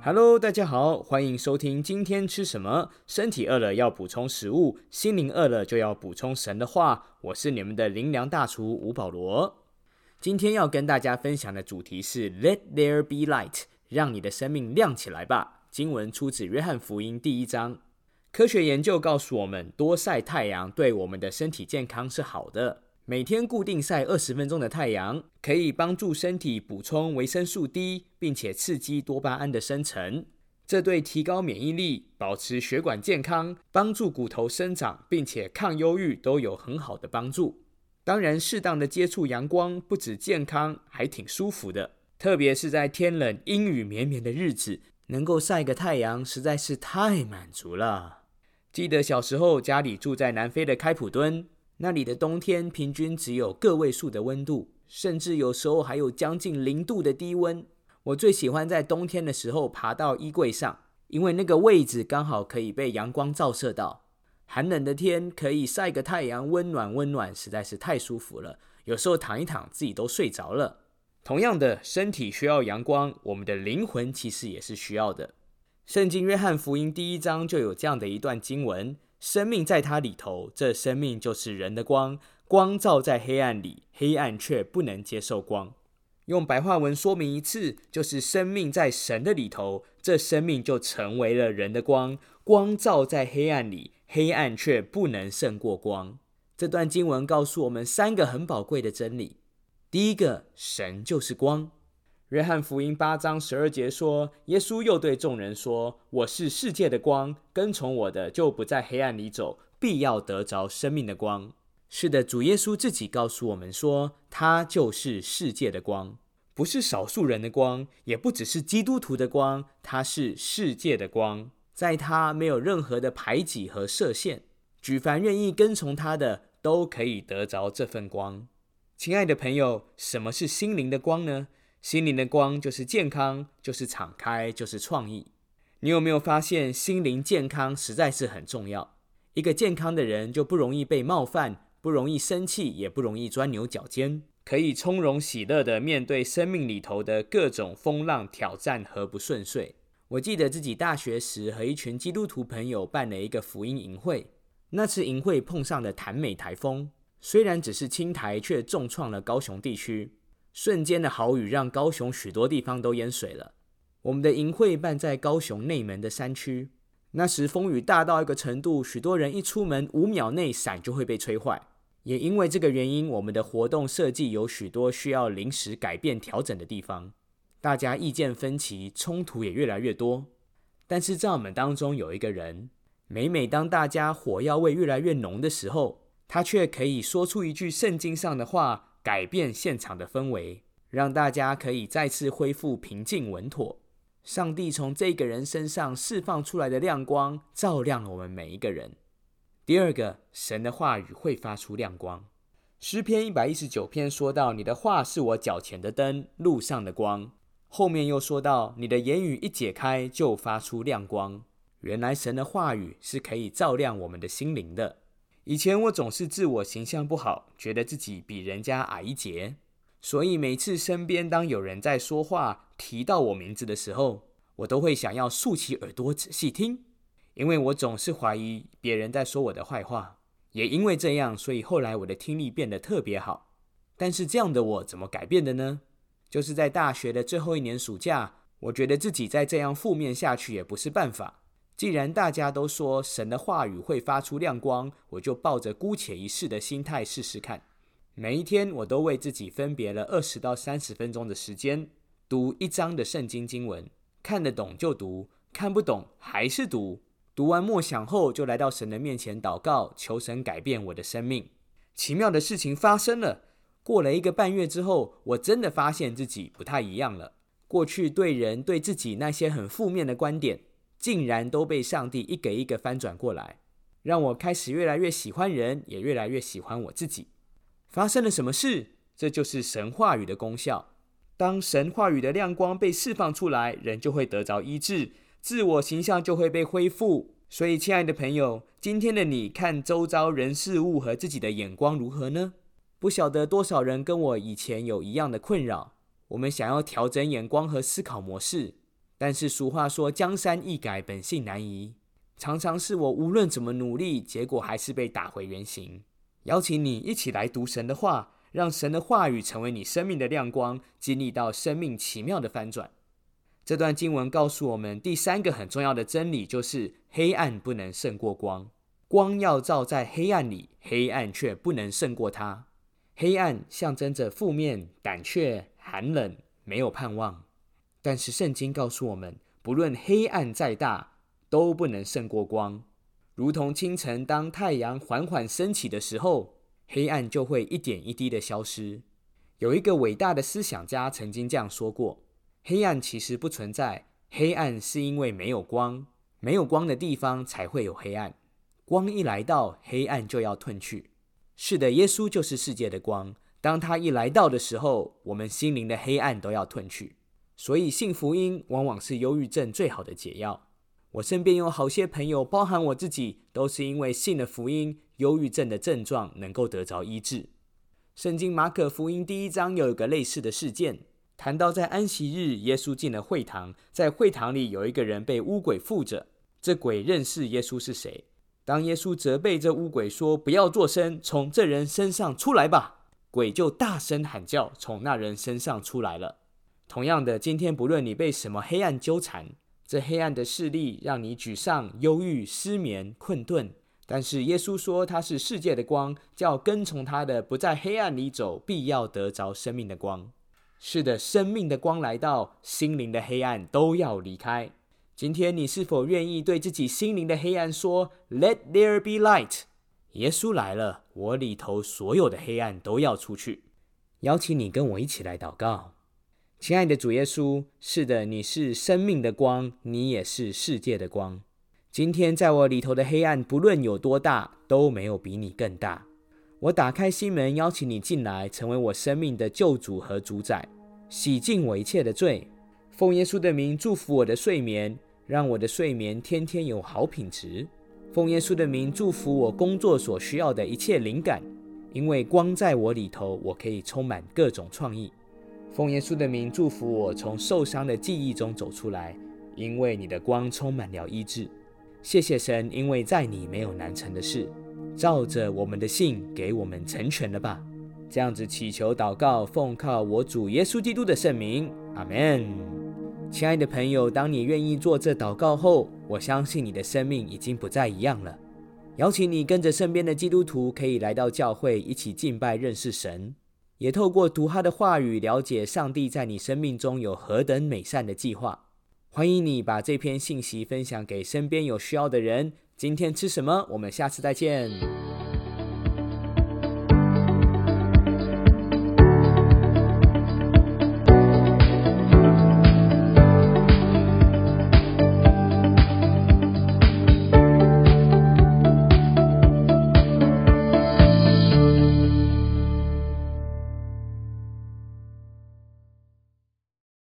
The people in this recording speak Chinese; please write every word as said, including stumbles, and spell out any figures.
Hello， 大家好，欢迎收听今天吃什么。身体饿了要补充食物，心灵饿了就要补充神的话。我是你们的灵粮大厨吴保罗。今天要跟大家分享的主题是 Let there be light， 让你的生命亮起来吧。经文出自约翰福音第一章。科学研究告诉我们，多晒太阳对我们的身体健康是好的。每天固定晒二十分钟的太阳，可以帮助身体补充维生素 D， 并且刺激多巴胺的生成。这对提高免疫力、保持血管健康、帮助骨头生长，并且抗忧郁都有很好的帮助。当然，适当的接触阳光不止健康，还挺舒服的。特别是在天冷、阴雨绵绵的日子，能够晒个太阳实在是太满足了。记得小时候家里住在南非的开普敦，那里的冬天平均只有个位数的温度，甚至有时候还有将近零度的低温。我最喜欢在冬天的时候爬到衣柜上，因为那个位置刚好可以被阳光照射到。寒冷的天可以晒个太阳，温暖温暖，实在是太舒服了。有时候躺一躺，自己都睡着了。同样的，身体需要阳光，我们的灵魂其实也是需要的。圣经约翰福音第一章就有这样的一段经文，生命在它里头，这生命就是人的光，光照在黑暗里，黑暗却不能接受光。用白话文说明一次，就是生命在神的里头，这生命就成为了人的光，光照在黑暗里，黑暗却不能胜过光。这段经文告诉我们三个很宝贵的真理。第一个，神就是光。约翰福音八章十二节说，耶稣又对众人说，我是世界的光，跟从我的就不在黑暗里走，必要得着生命的光。是的，主耶稣自己告诉我们说，他就是世界的光，不是少数人的光，也不只是基督徒的光，他是世界的光，在他没有任何的排挤和设限，举凡愿意跟从他的都可以得着这份光。亲爱的朋友，什么是心灵的光呢？心灵的光就是健康，就是敞开，就是创意。你有没有发现，心灵健康实在是很重要？一个健康的人就不容易被冒犯，不容易生气，也不容易钻牛角尖，可以从容喜乐地面对生命里头的各种风浪、挑战和不顺遂。我记得自己大学时和一群基督徒朋友办了一个福音营会，那次营会碰上了潭美台风，虽然只是轻台，却重创了高雄地区。瞬间的豪雨让高雄许多地方都淹水了。我们的营会办在高雄内门的山区，那时风雨大到一个程度，许多人一出门五秒内伞就会被吹坏。也因为这个原因，我们的活动设计有许多需要临时改变调整的地方，大家意见分歧，冲突也越来越多。但是在我们当中有一个人，每每当大家火药味越来越浓的时候，他却可以说出一句圣经上的话，改变现场的氛围，让大家可以再次恢复平静稳妥。上帝从这个人身上释放出来的亮光，照亮了我们每一个人。第二个，神的话语会发出亮光。诗篇一百一十九篇说到，你的话是我脚前的灯，路上的光。后面又说到，你的言语一解开，就发出亮光。原来神的话语是可以照亮我们的心灵的。以前我总是自我形象不好，觉得自己比人家矮一截，所以每次身边当有人在说话提到我名字的时候，我都会想要竖起耳朵仔细听，因为我总是怀疑别人在说我的坏话。也因为这样，所以后来我的听力变得特别好。但是这样的我怎么改变的呢？就是在大学的最后一年暑假，我觉得自己再这样负面下去也不是办法。既然大家都说神的话语会发出亮光，我就抱着姑且一试的心态试试看。每一天我都为自己分别了二十到三十分钟的时间，读一章的圣经经文，看得懂就读，看不懂还是读。读完默想后，就来到神的面前祷告，求神改变我的生命。奇妙的事情发生了，过了一个半月之后，我真的发现自己不太一样了。过去对人对自己那些很负面的观点，竟然都被上帝一个一个翻转过来，让我开始越来越喜欢人，也越来越喜欢我自己。发生了什么事？这就是神话语的功效。当神话语的亮光被释放出来，人就会得着医治，自我形象就会被恢复。所以亲爱的朋友，今天的你看周遭人事物和自己的眼光如何呢？不晓得多少人跟我以前有一样的困扰，我们想要调整眼光和思考模式， 但是俗话说江山易改，本性难移，常常是我无论怎么努力，结果还是被打回原形。邀请你一起来读神的话，让神的话语成为你生命的亮光，经历到生命奇妙的翻转。这段经文告诉我们第三个很重要的真理，就是黑暗不能胜过光。光要照在黑暗里，黑暗却不能胜过它。黑暗象征着负面、胆怯、寒冷，没有盼望。但是圣经告诉我们，不论黑暗再大，都不能胜过光。如同清晨当太阳缓缓升起的时候，黑暗就会一点一滴的消失。有一个伟大的思想家曾经这样说过，黑暗其实不存在，黑暗是因为没有光，没有光的地方才会有黑暗。光一来到，黑暗就要褪去。是的，耶稣就是世界的光，当他一来到的时候，我们心灵的黑暗都要褪去。所以信福音往往是忧郁症最好的解药。我身边有好些朋友，包含我自己，都是因为信了福音，忧郁症的症状能够得着医治。圣经马可福音第一章有一个类似的事件，谈到在安息日，耶稣进了会堂，在会堂里有一个人被污鬼附着，这鬼认识耶稣是谁。当耶稣责备这污鬼说，不要作声，从这人身上出来吧，鬼就大声喊叫，从那人身上出来了。同样的，今天不论你被什么黑暗纠缠，这黑暗的势力让你沮丧、忧郁、失眠、困顿，但是耶稣说他是世界的光，叫跟从他的不在黑暗里走，必要得着生命的光。是的，生命的光来到，心灵的黑暗都要离开。今天你是否愿意对自己心灵的黑暗说 Let there be light？ 耶稣来了，我里头所有的黑暗都要出去。邀请你跟我一起来祷告。亲爱的主耶稣，是的，你是生命的光，你也是世界的光。今天在我里头的黑暗不论有多大，都没有比你更大。我打开心门，邀请你进来，成为我生命的救主和主宰，洗净我一切的罪。奉耶稣的名祝福我的睡眠，让我的睡眠天天有好品质。奉耶稣的名祝福我工作所需要的一切灵感，因为光在我里头，我可以充满各种创意。奉耶稣的名祝福我从受伤的记忆中走出来，因为你的光充满了医治。谢谢神，因为在你没有难成的事，照着我们的信给我们成全了吧。这样子祈求祷告，奉靠我主耶稣基督的圣名，阿们。亲爱的朋友，当你愿意做这祷告后，我相信你的生命已经不再一样了。邀请你跟着身边的基督徒，可以来到教会一起敬拜认识神，也透过读他的话语，了解上帝在你生命中有何等美善的计划。欢迎你把这篇信息分享给身边有需要的人。今天吃什么？我们下次再见。